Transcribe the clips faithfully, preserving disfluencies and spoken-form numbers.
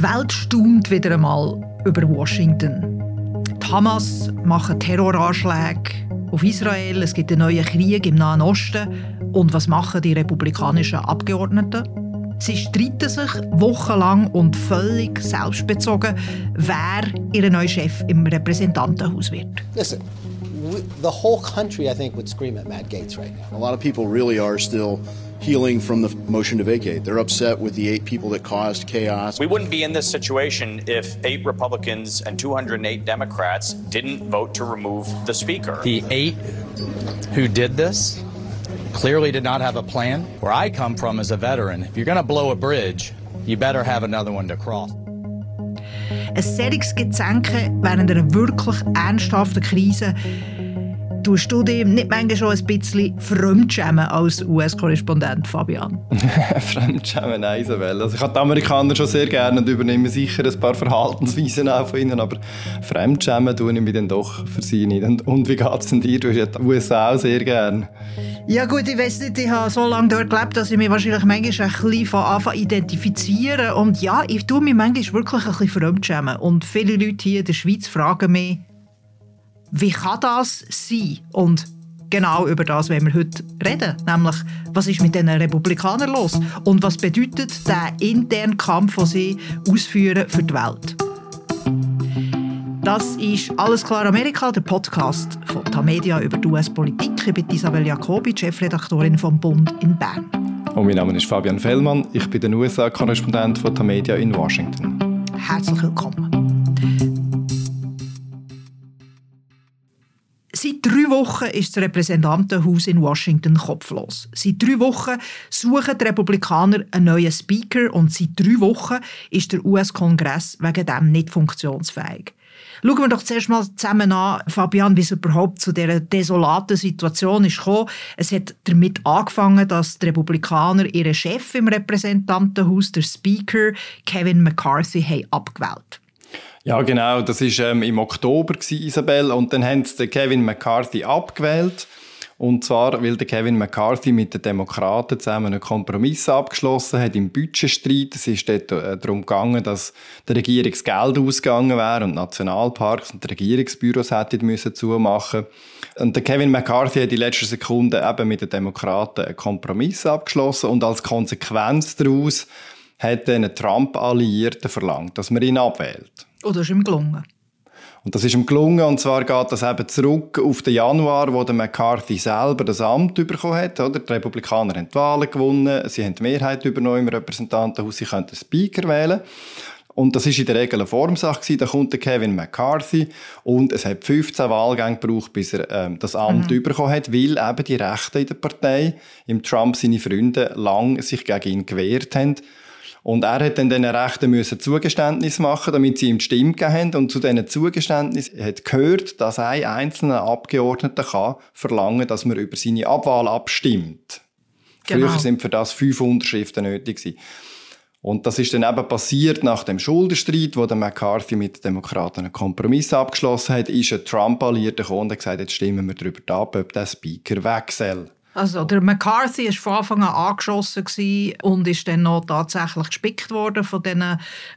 Die Welt staunt wieder einmal über Washington. Die Hamas machen Terroranschläge auf Israel, es gibt einen neuen Krieg im Nahen Osten. Und was machen die republikanischen Abgeordneten? Sie streiten sich wochenlang und völlig selbstbezogen, wer ihr neuer Chef im Repräsentantenhaus wird. Listen, the whole country, I think, would scream at Matt Gaetz right now. A lot of people really are still healing from the motion to vacate. They're upset with the eight people that caused chaos. We wouldn't be in this situation if eight Republicans and two hundred eight Democrats didn't vote to remove the speaker. The eight who did this clearly did not have a plan. Where I come from as a veteran, if you're going to blow a bridge, you better have another one to cross. Ein solches Gezänke während einer wirklich ernsthaften Krise tust du dir nicht manchmal schon ein bisschen fremdschämen als U S-Korrespondent, Fabian? Fremdschämen, nein, Isabel. Also ich habe die Amerikaner schon sehr gerne und übernehme sicher ein paar Verhaltensweisen auch von ihnen, aber fremdschämen tue ich mich dann doch für sie nicht. Und, und wie geht es denn dir? Du hast ja die U S A auch sehr gerne. Ja gut, ich weiss nicht, ich habe so lange dort gelebt, dass ich mich wahrscheinlich manchmal ein bisschen von Anfang identifizieren. Und ja, ich tue mich manchmal wirklich ein bisschen fremdschämen. Und viele Leute hier in der Schweiz fragen mich, wie kann das sein? Und genau über das wollen wir heute reden. Nämlich, was ist mit den Republikanern los? Und was bedeutet der interne Kampf, den sie ausführen für die Welt? Das ist «Alles klar Amerika», der Podcast von Tamedia über die U S-Politik. Ich bin Isabel Jacobi, Chefredaktorin vom Bund in Bern. Und mein Name ist Fabian Fellmann. Ich bin der U S A-Korrespondent von Tamedia in Washington. Herzlich willkommen. Seit drei Wochen ist das Repräsentantenhaus in Washington kopflos. Seit drei Wochen suchen die Republikaner einen neuen Speaker und seit drei Wochen ist der U S-Kongress wegen dem nicht funktionsfähig. Schauen wir doch zuerst mal zusammen an, Fabian, wie es überhaupt zu dieser desolaten Situation ist gekommen. Es hat damit angefangen, dass die Republikaner ihren Chef im Repräsentantenhaus, der Speaker Kevin McCarthy, haben abgewählt. Ja, genau. Das war ähm, im Oktober, Isabel. Und dann haben sie Kevin McCarthy abgewählt. Und zwar, weil der Kevin McCarthy mit den Demokraten zusammen einen Kompromiss abgeschlossen hat im Budgetstreit. Es ist dort äh, darum gegangen, dass der Regierungsgeld ausgegangen wäre und Nationalparks und Regierungsbüros hätten müssen zumachen. Und der Kevin McCarthy hat in letzter Sekunde eben mit den Demokraten einen Kompromiss abgeschlossen und als Konsequenz daraus hat den Trump-Alliierten verlangt, dass man ihn abwählt. Oh, das ist ihm gelungen. Und das ist ihm gelungen, und zwar geht das eben zurück auf den Januar, wo der McCarthy selber das Amt bekommen hat. Oder? Die Republikaner haben die Wahlen gewonnen, sie haben die Mehrheit übernommen im Repräsentantenhaus, sie können den Speaker wählen. Und das war in der Regel eine Formsache. Da kommt der Kevin McCarthy und es hat fünfzehn Wahlgänge gebraucht, bis er ähm, das Amt mhm. bekommen hat, weil eben die Rechten in der Partei, im Trump seine Freunde, lang sich gegen ihn gewehrt haben. Und er hat dann diesen Rechten müssen Zugeständnis machen, damit sie ihm die Stimme gegeben haben. Und zu diesen Zugeständnissen hat gehört, dass ein einzelner Abgeordneter kann verlangen, dass man über seine Abwahl abstimmt. Genau. Früher sind für das fünf Unterschriften nötig gewesen. Und das ist dann eben passiert nach dem Schuldenstreit, wo der McCarthy mit den Demokraten einen Kompromiss abgeschlossen hat, ist ein Trump-Alliierter gekommen und hat gesagt, jetzt stimmen wir darüber ab, ob der Speaker weg soll. Also der McCarthy war von Anfang an angeschossen und ist dann noch tatsächlich gespickt worden von diesen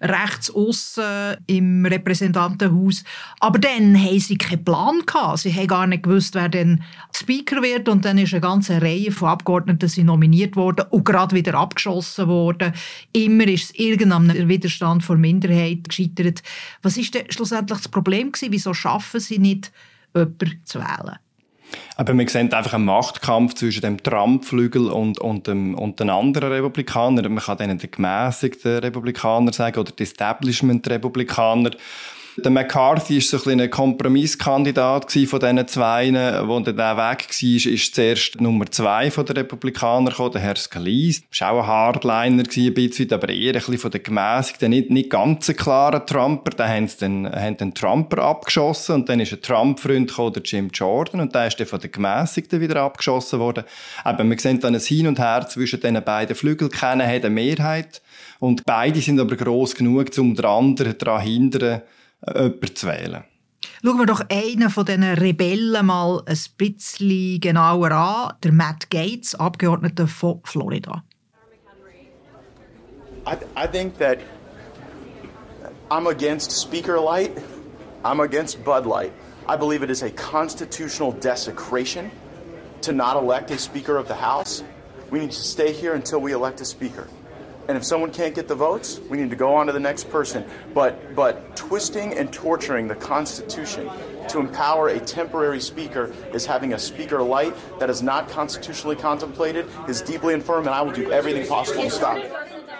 Rechtsaussen im Repräsentantenhaus. Aber dann hatten sie keinen Plan gehabt. Sie haben gar nicht gewusst, wer denn Speaker wird. Und dann ist eine ganze Reihe von Abgeordneten sie nominiert worden und gerade wieder abgeschossen worden. Immer ist es irgendeinem Widerstand vor Minderheit gescheitert. Was war denn schlussendlich das Problem gewesen? Wieso schaffen sie nicht, jemanden zu wählen? Aber wir sehen einfach einen Machtkampf zwischen dem Trump-Flügel und, und, dem, und den anderen Republikanern. Man kann denen den gemäßigten Republikaner sagen oder die Establishment-Republikaner. Der McCarthy war so ein bisschen ein Kompromisskandidat von diesen zwei. Wo der weg war, ist zuerst Nummer zwei von den Republikanern gekommen, der Herr Scalise. Er war auch ein Hardliner, ein bisschen, aber eher ein bisschen von den gemäßigten, nicht, nicht ganz ein klarer Trumper. Da haben sie den, haben den Trumper abgeschossen und dann ist ein Trump-Freund gekommen, der Jim Jordan, und der ist dann von den gemäßigten wieder abgeschossen worden. Aber wir sehen dann ein Hin und Her zwischen diesen beiden Flügeln. Keiner hat eine Mehrheit und beide sind aber gross genug, um den anderen daran zu hindern, jemanden zu wählen. Schauen wir doch einen von diesen Rebellen mal ein bisschen genauer an. Der Matt Gaetz, Abgeordneter von Florida. I, I think that I'm against Speaker Light. I'm against Bud Light. I believe it is a constitutional desecration to not elect a Speaker of the House. We need to stay here until we elect a Speaker. And if someone can't get the votes, we need to go on to the next person. But, but twisting and torturing the Constitution to empower a temporary Speaker is having a Speaker Light that is not constitutionally contemplated, is deeply infirm, and I will do everything possible to stop it.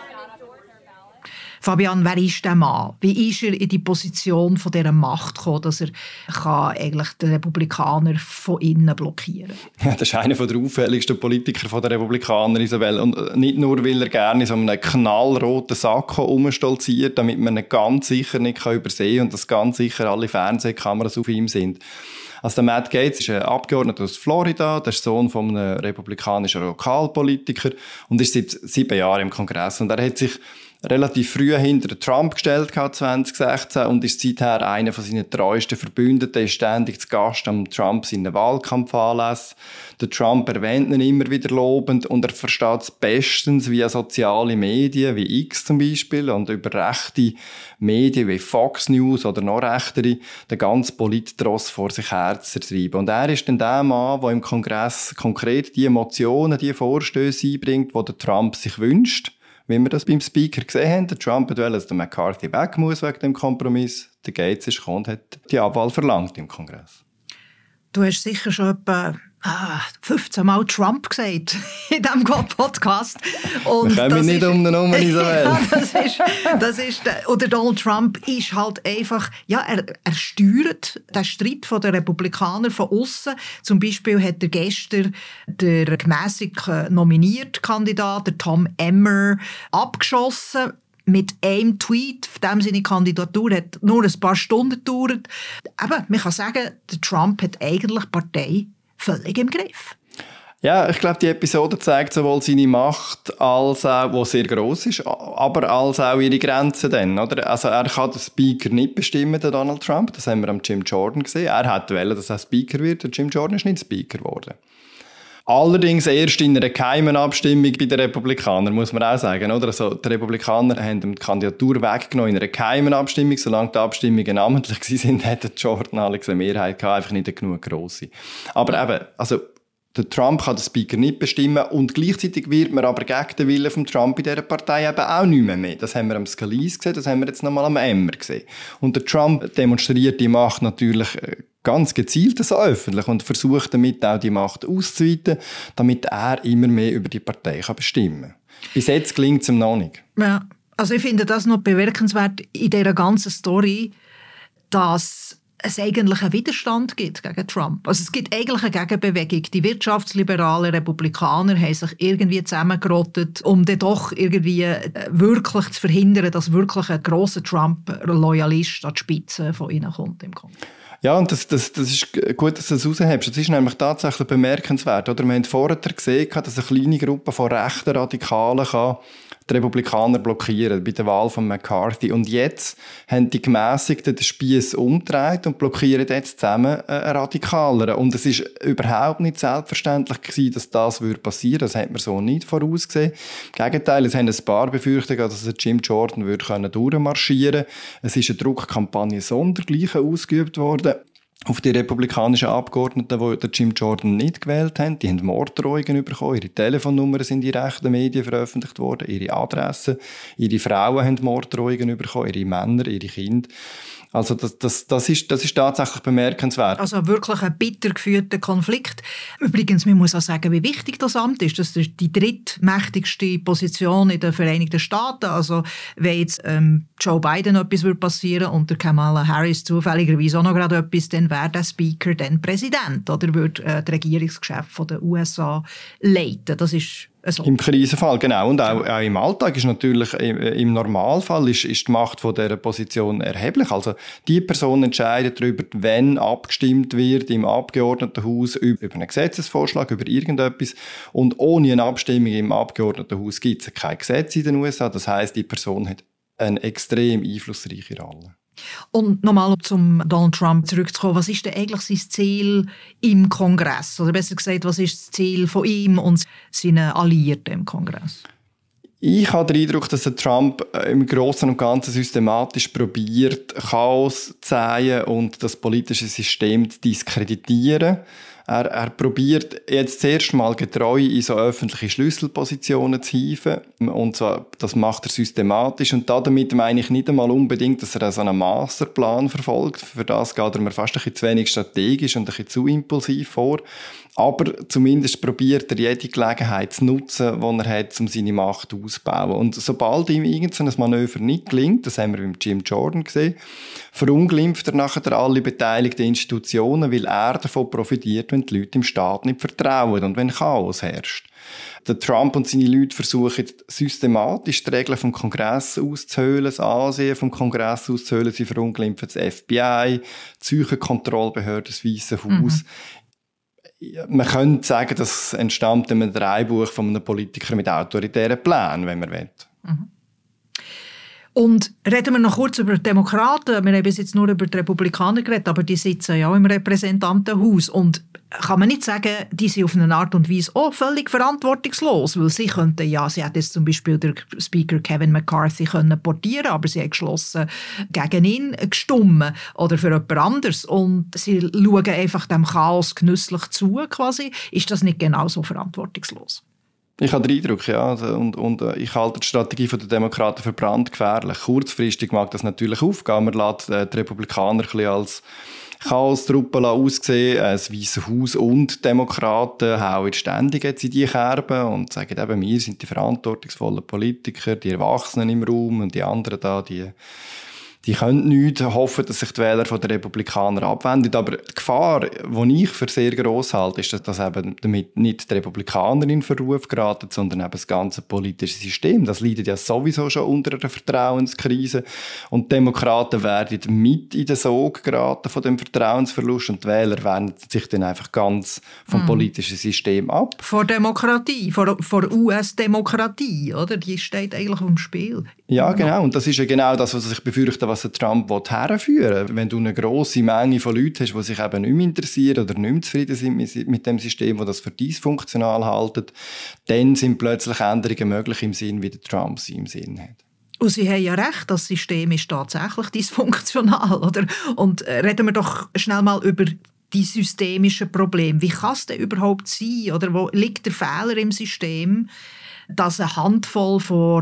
Fabian, wer ist der Mann? Wie ist er in die Position von dieser Macht gekommen, dass er kann eigentlich den Republikaner von innen blockieren kann? Ja, das ist einer der auffälligsten Politiker der Republikaner, Isabel. Und nicht nur, weil er gerne in so einem knallroten Sakko rumstolziert, damit man ihn ganz sicher nicht übersehen kann und dass ganz sicher alle Fernsehkameras auf ihm sind. Also der Matt Gaetz ist ein Abgeordneter aus Florida, der ist Sohn von einem republikanischen Lokalpolitiker und ist seit sieben Jahren im Kongress. Und er hat sich relativ früh hinter Trump gestellt, zwanzig sechzehn, und ist seither einer von seinen treuesten Verbündeten, ist ständig zu Gast am Trump seinen Wahlkampfanlässen. Der Trump erwähnt ihn immer wieder lobend und er versteht es bestens via soziale Medien, wie X zum Beispiel, und über rechte Medien wie Fox News oder noch rechtere, den ganzen Polittross vor sich her zu treiben. Und er ist dann der Mann, der im Kongress konkret die Emotionen, die Vorstöße einbringt, die der Trump sich wünscht. Wie wir das beim Speaker gesehen haben, der Trump wollte, dass der McCarthy weg muss wegen dem Kompromiss. Der Gaetz ist gekommen und hat die Abwahl verlangt im Kongress. Du hast sicher schon etwa ah, fünfzehn Mal Trump gesagt in diesem Podcast. Und wir kommen nicht um den herum, Isabel. Ja, das ist, das ist, oder Donald Trump ist halt einfach, ja, er, er steuert den Streit der Republikaner von außen. Zum Beispiel hat er gestern der gemässig nominierte Kandidat, der Tom Emmer, abgeschossen. Mit einem Tweet, von dem seine Kandidatur hat nur ein paar Stunden gedauert. Eben, man kann sagen, der Trump hat eigentlich die Partei völlig im Griff. Ja, ich glaube, die Episode zeigt sowohl seine Macht, als auch, die sehr gross ist, aber als auch ihre Grenzen dann, oder? Also er kann den Speaker nicht bestimmen, den Donald Trump. Das haben wir am Jim Jordan gesehen. Er hat wollen, dass er Speaker wird. Der Jim Jordan ist nicht Speaker geworden. Allerdings erst in einer geheimen Abstimmung bei den Republikanern, muss man auch sagen. Oder? Also, die Republikaner haben die Kandidatur weggenommen in einer geheimen Abstimmung. Solange die Abstimmungen namentlich waren, hätte Jordan Alex eine Mehrheit gehabt, einfach nicht eine genug grosse. Aber eben, also, der Trump kann den Speaker nicht bestimmen und gleichzeitig wird man aber gegen den Willen von Trump in dieser Partei eben auch nicht mehr mehr. Das haben wir am Scalise gesehen, das haben wir jetzt nochmal am Emmer gesehen. Und der Trump demonstriert die Macht natürlich ganz gezielt so öffentlich und versucht damit auch die Macht auszuweiten, damit er immer mehr über die Partei kann bestimmen kann. Bis jetzt gelingt es ihm noch nicht. Ja, also ich finde das noch bemerkenswert in dieser ganzen Story, dass es eigentlich einen Widerstand gibt gegen Trump. Also es gibt eigentlich eine Gegenbewegung. Die wirtschaftsliberalen Republikaner haben sich irgendwie zusammengerottet, um dann doch irgendwie wirklich zu verhindern, dass wirklich ein grosser Trump-Loyalist an die Spitze von ihnen kommt im Kongress. Ja, und das, das, das ist gut, dass du das raushebst. Das ist nämlich tatsächlich bemerkenswert. Oder? Wir haben vorher gesehen, dass eine kleine Gruppe von rechten Radikalen kann die Republikaner blockieren bei der Wahl von McCarthy. Und jetzt haben die Gemässigten den Spiess umgedreht und blockieren jetzt zusammen einen Radikaleren. Und es ist überhaupt nicht selbstverständlich gewesen, dass das passieren würde. Das hat man so nicht vorausgesehen. Im Gegenteil, es haben ein paar befürchtet, dass Jim Jordan würde durchmarschieren können. Es ist eine Druckkampagne sondergleichen ausgeübt worden auf die republikanischen Abgeordneten, die Jim Jordan nicht gewählt haben. Die haben Morddrohungen bekommen, ihre Telefonnummern sind in rechten Medien veröffentlicht worden, ihre Adressen, ihre Frauen haben Morddrohungen bekommen, ihre Männer, ihre Kinder. Also das, das, das, ist, das ist tatsächlich bemerkenswert. Also wirklich ein bitter geführter Konflikt. Übrigens, man muss auch sagen, wie wichtig das Amt ist. Das ist die drittmächtigste Position in den Vereinigten Staaten. Also wenn jetzt ähm, Joe Biden etwas passieren würde und der Kamala Harris zufälligerweise auch noch gerade etwas, dann wäre der Speaker dann Präsident oder würde äh, das Regierungsgeschäft der U S A leiten. Das ist Also. Im Krisenfall, genau. Und auch, auch im Alltag ist natürlich, im, im Normalfall ist, ist die Macht von dieser Position erheblich. Also, die Person entscheidet darüber, wenn abgestimmt wird im Abgeordnetenhaus über einen Gesetzesvorschlag, über irgendetwas. Und ohne eine Abstimmung im Abgeordnetenhaus gibt es kein Gesetz in den U S A. Das heisst, die Person hat eine extrem einflussreiche Rolle. Und nochmal, um zum Donald Trump zurückzukommen, was ist denn eigentlich sein Ziel im Kongress? Oder besser gesagt, was ist das Ziel von ihm und seinen Alliierten im Kongress? Ich habe den Eindruck, dass der Trump im Großen und Ganzen systematisch probiert, Chaos zu säen und das politische System zu diskreditieren. Er, er probiert jetzt zuerst mal getreu in so öffentliche Schlüsselpositionen zu hieven. Und zwar, das macht er systematisch. Und damit meine ich nicht einmal unbedingt, dass er so einen Masterplan verfolgt. Für das geht er mir fast ein bisschen zu wenig strategisch und ein bisschen zu impulsiv vor. Aber zumindest probiert er jede Gelegenheit zu nutzen, die er hat, um seine Macht auszubauen. Und sobald ihm irgendein Manöver nicht gelingt, das haben wir beim Jim Jordan gesehen, verunglimpft er nachher alle beteiligten Institutionen, weil er davon profitiert, wenn die Leute dem Staat nicht vertrauen und wenn Chaos herrscht. Der Trump und seine Leute versuchen systematisch die Regeln vom Kongress auszuhöhlen, das Ansehen vom Kongress auszuhöhlen, sie verunglimpfen das F B I, die Zürcher Kontrollbehörde, das Weiße Haus. Mhm. Man könnte sagen, das entstammt einem Drehbuch von einem Politiker mit autoritären Plänen, wenn man will. Mhm. Und reden wir noch kurz über die Demokraten. Wir haben bis jetzt nur über die Republikaner geredet, aber die sitzen ja auch im Repräsentantenhaus. Und kann man nicht sagen, die sind auf eine Art und Weise auch völlig verantwortungslos, weil sie könnten ja, sie hätten jetzt zum Beispiel der Speaker Kevin McCarthy können portieren, aber sie haben geschlossen gegen ihn gestimmt oder für jemand anderes. Und sie schauen einfach dem Chaos genüsslich zu, quasi. Ist das nicht genauso verantwortungslos? Ich habe den Eindruck, ja, und, und ich halte die Strategie der Demokraten für brandgefährlich. Kurzfristig mag das natürlich aufgehen. Man lässt äh, die Republikaner ein bisschen als Chaos-Truppe aussehen. Das Weiße Haus und die Demokraten hauen ständig jetzt in die Kerben und sagen eben, wir sind die verantwortungsvollen Politiker, die Erwachsenen im Raum und die anderen da, die Die können nicht hoffen, dass sich die Wähler von den Republikanern abwenden. Aber die Gefahr, die ich für sehr gross halte, ist, dass eben damit nicht die Republikaner in Verruf geraten, sondern eben das ganze politische System. Das leidet ja sowieso schon unter einer Vertrauenskrise. Und die Demokraten werden mit in den Sog geraten von dem Vertrauensverlust und die Wähler wenden sich dann einfach ganz vom mm. politischen System ab. Vor Demokratie, vor, vor U S-Demokratie, oder? Die steht eigentlich im Spiel. Ja, genau. Und das ist ja genau das, was ich befürchte, was Trump herführen will. Wenn du eine grosse Menge von Leuten hast, die sich eben nicht mehr interessieren oder nicht mehr zufrieden sind mit dem System, das das für dysfunktional halten, dann sind plötzlich Änderungen möglich im Sinn, wie der Trump sie im Sinn hat. Und Sie haben ja recht, das System ist tatsächlich dysfunktional, oder? Und reden wir doch schnell mal über die systemischen Probleme. Wie kann es denn überhaupt sein? Oder wo liegt der Fehler im System, dass eine Handvoll von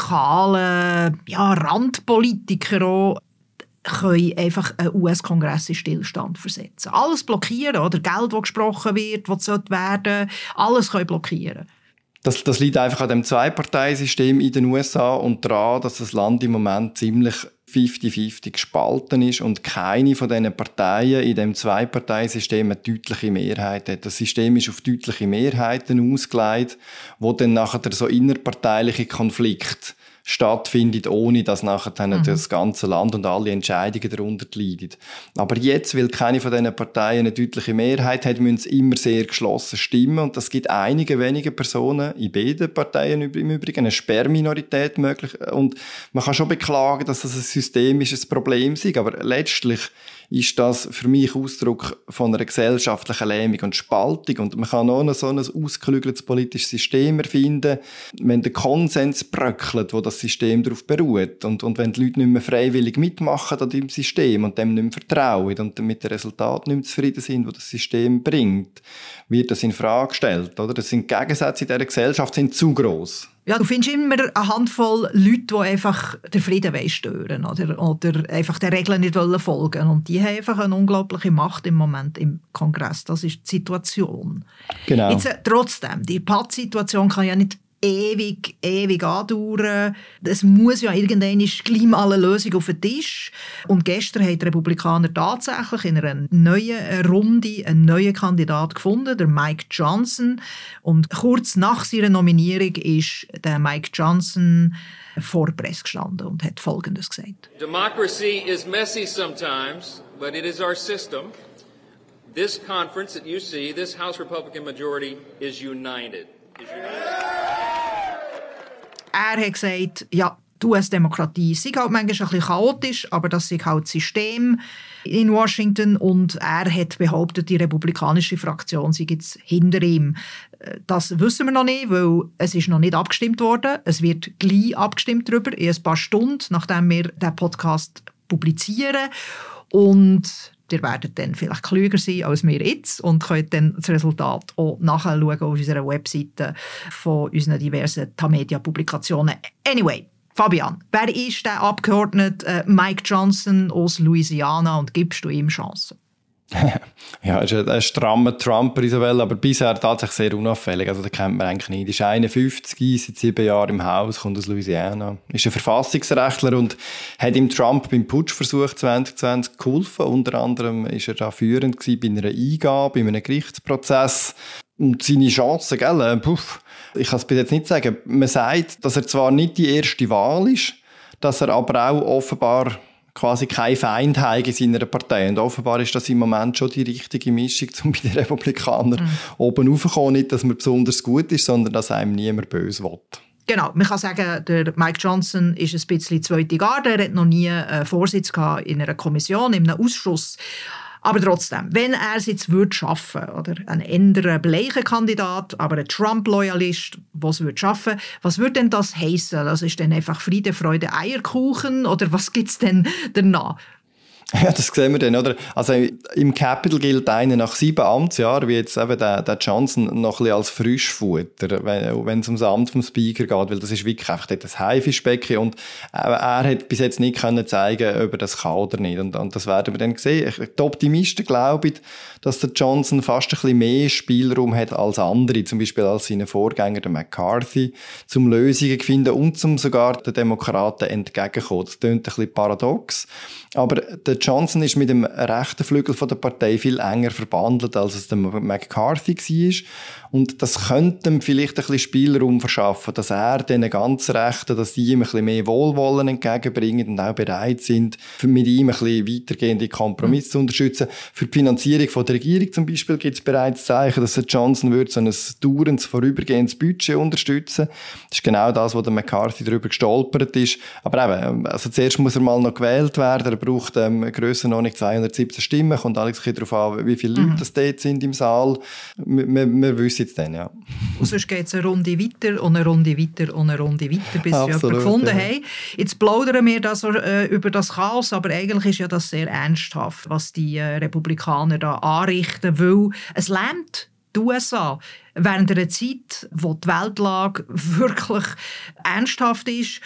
radikalen ja, Randpolitikern auch können einfach einen U S-Kongress in Stillstand versetzen. Alles blockieren, oder Geld, das gesprochen wird, das werden sollte, alles können blockieren. Das, das liegt einfach an dem Zwei-Parteien-System in den U S A und daran, dass das Land im Moment ziemlich fünfzig fünfzig gespalten ist und keine von diesen Parteien in dem Zwei-Parteien-System eine deutliche Mehrheit hat. Das System ist auf deutliche Mehrheiten ausgelegt, wo dann nachher so innerparteiliche Konflikte stattfindet, ohne dass nachher mhm. das ganze Land und alle Entscheidungen darunter leiden. Aber jetzt, weil keine von diesen Parteien eine deutliche Mehrheit hat, müssen sie immer sehr geschlossen stimmen. Und das gibt einige wenige Personen in beiden Parteien im Übrigen eine Sperrminorität möglich. Und man kann schon beklagen, dass das ein systemisches Problem ist. Aber letztlich ist das für mich Ausdruck von einer gesellschaftlichen Lähmung und Spaltung. Und man kann auch noch so ein ausgeklügeltes politisches System erfinden, wenn der Konsens bröckelt, wo das System darauf beruht. Und, und wenn die Leute nicht mehr freiwillig mitmachen an dem System und dem nicht mehr vertrauen und mit den Resultaten nicht mehr zufrieden sind, die das System bringt, wird das in Frage gestellt. Oder? Das sind die Gegensätze in dieser Gesellschaft sind zu gross. Ja, du findest immer eine Handvoll Leute, die einfach den Frieden stören oder, oder einfach den Regeln nicht folgen wollen. Und die haben einfach eine unglaubliche Macht im Moment im Kongress. Das ist die Situation. Genau. Jetzt, äh, trotzdem, die Pattsituation kann ja nicht ewig, ewig andauern. Es muss ja irgendwann gleich mal eine Lösung auf den Tisch. Und gestern haben die Republikaner tatsächlich in einer neuen Runde einen neuen Kandidat gefunden, der Mike Johnson. Und kurz nach seiner Nominierung ist der Mike Johnson vor der Presse gestanden und hat Folgendes gesagt. Democracy is messy sometimes, but it is our system. This conference that you see, this House Republican majority is united. Is united. Er hat gesagt, ja, die U S-Demokratie sei halt manchmal ein bisschen chaotisch, aber das ist halt das System in Washington und er hat behauptet, die republikanische Fraktion sei jetzt hinter ihm. Das wissen wir noch nicht, weil es ist noch nicht abgestimmt worden. Es wird gleich abgestimmt darüber, in ein paar Stunden, nachdem wir den Podcast publizieren. Und ihr werdet dann vielleicht klüger sein als wir jetzt und könnt dann das Resultat auch nachschauen auf unserer Webseite von unseren diversen Tamedia-Publikationen. Anyway, Fabian, wer ist der Abgeordnete Mike Johnson aus Louisiana und gibst du ihm Chancen? Ja, er ist ein, ein strammer Trumper, Isabel, aber bisher tatsächlich sehr unauffällig. Also, den kennt man eigentlich nicht. Er ist einundfünfzig, seit sieben Jahren im Haus, kommt aus Louisiana. Ist ein Verfassungsrechtler und hat ihm Trump beim Putschversuch zwanzig zwanzig geholfen. Unter anderem war er da führend gewesen bei einer Eingabe, bei einem Gerichtsprozess. Und seine Chancen, gell, puff, ich kann es bis jetzt nicht sagen. Man sagt, dass er zwar nicht die erste Wahl ist, dass er aber auch offenbar quasi kein Feind hat in seiner Partei. Und offenbar ist das im Moment schon die richtige Mischung, um bei den Republikanern mhm. oben raufzukommen. Nicht, dass man besonders gut ist, sondern dass einem niemand böse will. Genau, man kann sagen, der Mike Johnson ist ein bisschen zweite Garde. Er hat noch nie einen Vorsitz gehabt in einer Kommission, in einem Ausschuss. Aber trotzdem, wenn er es jetzt würde schaffen, oder ein anderer bleicher Kandidat, aber ein Trump-Loyalist, der es würde schaffen, was würde denn das heissen? Das ist dann einfach Friede, Freude, Eierkuchen? Oder was gibt es denn danach? Ja, das sehen wir dann, oder? Also im Capitol gilt einer nach sieben Amtsjahren, wie jetzt eben der, der Johnson, noch ein bisschen als Frischfutter, wenn, wenn es ums Amt vom Speaker geht, weil das ist wirklich einfach dort ein Haifischbecken und er, er hat bis jetzt nicht können zeigen, ob er das kann oder nicht. Und, und das werden wir dann sehen. Die Optimisten glauben, dass der Johnson fast ein bisschen mehr Spielraum hat als andere, zum Beispiel als seine Vorgänger, der McCarthy, zum Lösungen zu finden und zum sogar den Demokraten entgegenkommen. Das klingt ein bisschen paradox. Aber der Johnson ist mit dem rechten Flügel von der Partei viel enger verbandelt, als es der McCarthy war. Und das könnte ihm vielleicht ein bisschen Spielraum verschaffen, dass er den ganz Rechten, dass die ihm ein bisschen mehr Wohlwollen entgegenbringen und auch bereit sind, mit ihm ein bisschen weitergehende Kompromisse mhm. zu unterstützen. Für die Finanzierung von der Regierung zum Beispiel gibt es bereits Zeichen, dass der Johnson würde so ein dauerndes, vorübergehendes Budget unterstützen. Das ist genau das, wo der McCarthy darüber gestolpert ist. Aber eben, also zuerst muss er mal noch gewählt werden. Er braucht ähm, Grössenordnung zweihundertsiebzehn Stimmen. Kommt alles ein bisschen darauf an, wie viele Leute mhm. das dort sind im Saal. Wir, wir, wir wissen jetzt dann, ja. Und sonst geht es eine Runde weiter und eine Runde weiter und eine Runde weiter, bis sie jemanden gefunden ja. haben. Jetzt plaudern wir da so, äh, über das Chaos, aber eigentlich ist ja das sehr ernsthaft, was die äh, Republikaner da anrichten, weil es lähmt die U S A während einer Zeit, wo die Weltlage wirklich ernsthaft ist.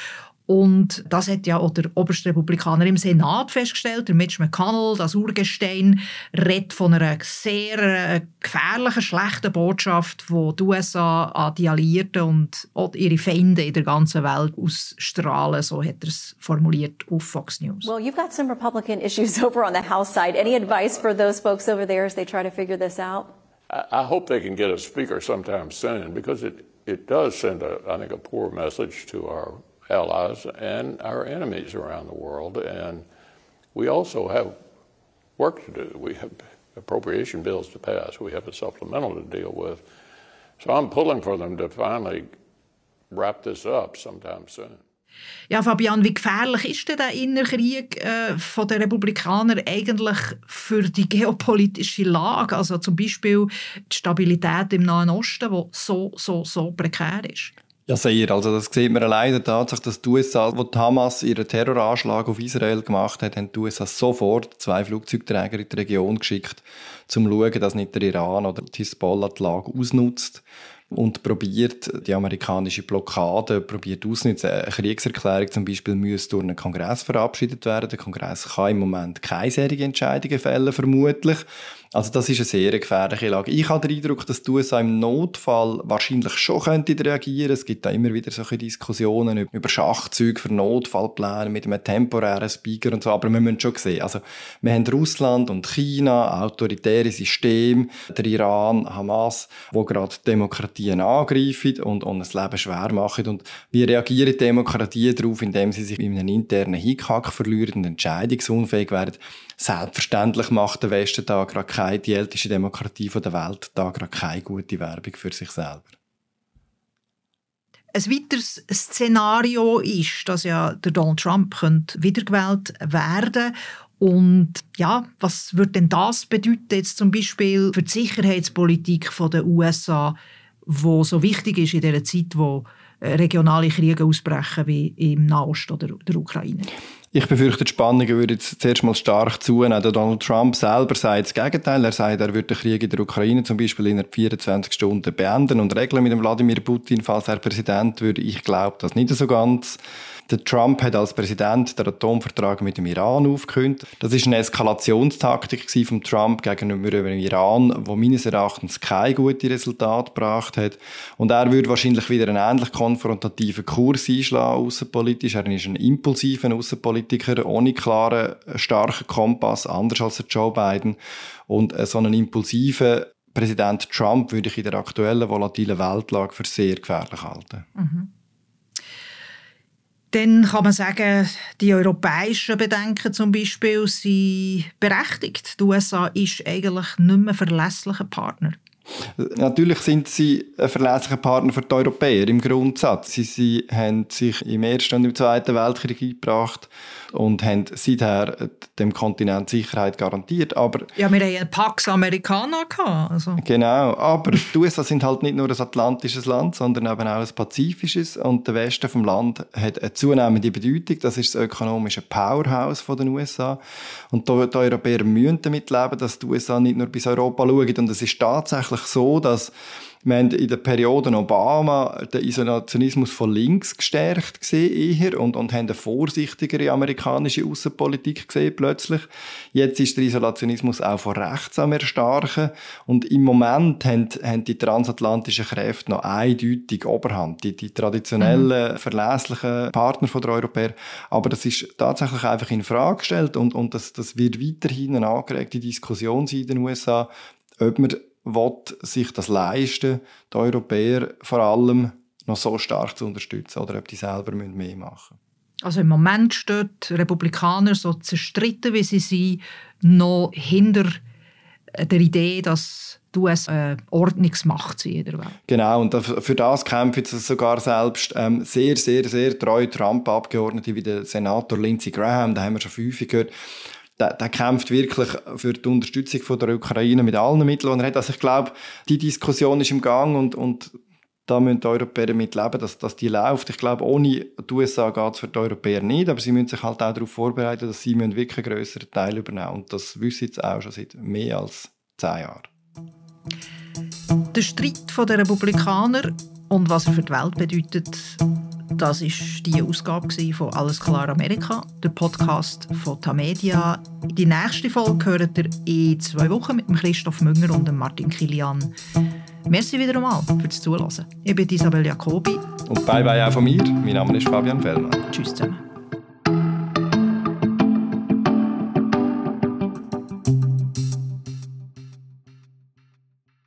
Und das hat ja auch der oberste Republikaner im Senat festgestellt. Der Mitch McConnell, das Urgestein, redet von einer sehr äh, gefährlichen, schlechten Botschaft, die die U S A an die Alliierten und auch ihre Feinde in der ganzen Welt ausstrahlen. So hat er es formuliert auf Fox News. Well, you've got some Republican issues over on the House side. Any advice for those folks over there as they try to figure this out? I hope they can get a speaker sometime soon because it, it does send, a, I think, a poor message to our allies and our enemies around the world. And we also have work to do. We have appropriation bills to pass. We have a supplemental to deal with. So I'm pulling for them to finally wrap this up sometime soon. Ja, Fabian, wie gefährlich ist denn der Innerkrieg äh, von den Republikanern eigentlich für die geopolitische Lage? Also zum Beispiel die Stabilität im Nahen Osten, die so, so, so prekär ist. Ja, sehr. Also das sieht man allein der Tatsache, dass die U S A, wo die Hamas ihren Terroranschlag auf Israel gemacht hat, haben die U S A sofort zwei Flugzeugträger in die Region geschickt, um zu schauen, dass nicht der Iran oder die Hisbollah die Lage ausnutzt und probiert die amerikanische Blockade probiert auszunutzen. Eine Kriegserklärung zum Beispiel müsste durch einen Kongress verabschiedet werden. Der Kongress kann im Moment keine solchen Entscheidungen fällen, vermutlich. Also das ist eine sehr gefährliche Lage. Ich habe den Eindruck, dass die U S A im Notfall wahrscheinlich schon könnte reagieren. Es gibt da immer wieder solche Diskussionen über Schachzüge für Notfallpläne mit einem temporären Speaker und so. Aber wir müssen schon sehen. Also wir haben Russland und China, autoritäre Systeme, der Iran, Hamas, wo gerade Demokratien angreifen und, und das Leben schwer machen. Und wie reagieren Demokratien darauf, indem sie sich in einem internen Hickhack verlieren und entscheidungsunfähig werden? Selbstverständlich macht der Westen da gerade keine, die älteste Demokratie der Welt, da gerade keine gute Werbung für sich selber. Ein weiteres Szenario ist, dass ja der Donald Trump könnte wiedergewählt werden. Und ja, was würde denn das bedeuten jetzt zum Beispiel für die Sicherheitspolitik der U S A, die so wichtig ist in dieser Zeit, wo regionale Kriege ausbrechen wie im Nahosten oder der Ukraine? Ich befürchte, die Spannungen würden jetzt zuerst mal stark zunehmen. Der Donald Trump selber sagt das Gegenteil. Er sagt, er würde den Krieg in der Ukraine zum Beispiel in vierundzwanzig Stunden beenden und regeln mit dem Wladimir Putin, falls er Präsident würde. Ich glaube das nicht so ganz. Der Trump hat als Präsident den Atomvertrag mit dem Iran aufgekündigt. Das ist eine Eskalationstaktik von Trump gegenüber dem Iran, die meines Erachtens kein gutes Resultat gebracht hat. Und er würde wahrscheinlich wieder einen ähnlich konfrontativen Kurs einschlagen, außenpolitisch. Er ist ein impulsiver Außenpolitiker, ohne klaren, starken Kompass, anders als der Joe Biden. Und so einen impulsiven Präsident Trump würde ich in der aktuellen volatilen Weltlage für sehr gefährlich halten. Mhm. Dann kann man sagen, die europäischen Bedenken zum Beispiel sind berechtigt. Die U S A ist eigentlich nicht mehr ein verlässlicher Partner. Natürlich sind sie ein verlässlicher Partner für die Europäer im Grundsatz. Sie, sie haben sich im Ersten und im Zweiten Weltkrieg eingebracht und haben seither dem Kontinent Sicherheit garantiert. Aber ja, wir hatten einen Pax Americana. Also. Genau, aber die U S A sind halt nicht nur ein atlantisches Land, sondern eben auch ein pazifisches. Und der Westen des Landes hat eine zunehmende Bedeutung. Das ist das ökonomische Powerhouse der U S A. Und die, die Europäer müssen damit leben, dass die U S A nicht nur bis Europa schauen. Und es ist tatsächlich so, dass wir haben in der Periode Obama den Isolationismus von links gestärkt gesehen eher und, und haben eine vorsichtigere amerikanische Außenpolitik gesehen plötzlich. Jetzt ist der Isolationismus auch von rechts am Erstarken und im Moment haben, haben die transatlantischen Kräfte noch eindeutig Oberhand, die, die traditionellen, mhm. verlässlichen Partner der Europäer. Aber das ist tatsächlich einfach in Frage gestellt und, und das, das wird weiterhin eine angeregte Diskussion sein in den U S A, ob man will sich das leisten, die Europäer vor allem noch so stark zu unterstützen oder ob die selber mehr machen müssen. Also im Moment stehen die Republikaner, so zerstritten wie sie sind, noch hinter der Idee, dass die U S A eine Ordnungsmacht sind in der Welt. Genau, und für das kämpfen sogar selbst ähm, sehr, sehr, sehr treue Trump-Abgeordnete wie der Senator Lindsey Graham, da haben wir schon häufig gehört. Der, der kämpft wirklich für die Unterstützung von der Ukraine mit allen Mitteln, die er hat. Also ich glaube, die Diskussion ist im Gang und, und da müssen die Europäer mitleben, dass, dass die läuft. Ich glaube, ohne die U S A geht es für die Europäer nicht, aber sie müssen sich halt auch darauf vorbereiten, dass sie wirklich einen grösseren Teil übernehmen. Und das wissen sie jetzt auch schon seit mehr als zehn Jahren. Der Streit der Republikaner und was er für die Welt bedeutet, das war die Ausgabe von «Alles klar Amerika», der Podcast von Tamedia. Die nächste Folge hört ihr in zwei Wochen mit Christoph Münger und Martin Kilian. Merci wieder einmal fürs Zuhören. Ich bin Isabel Jacobi. Und bye bye auch von mir. Mein Name ist Fabian Fellmann. Tschüss zusammen.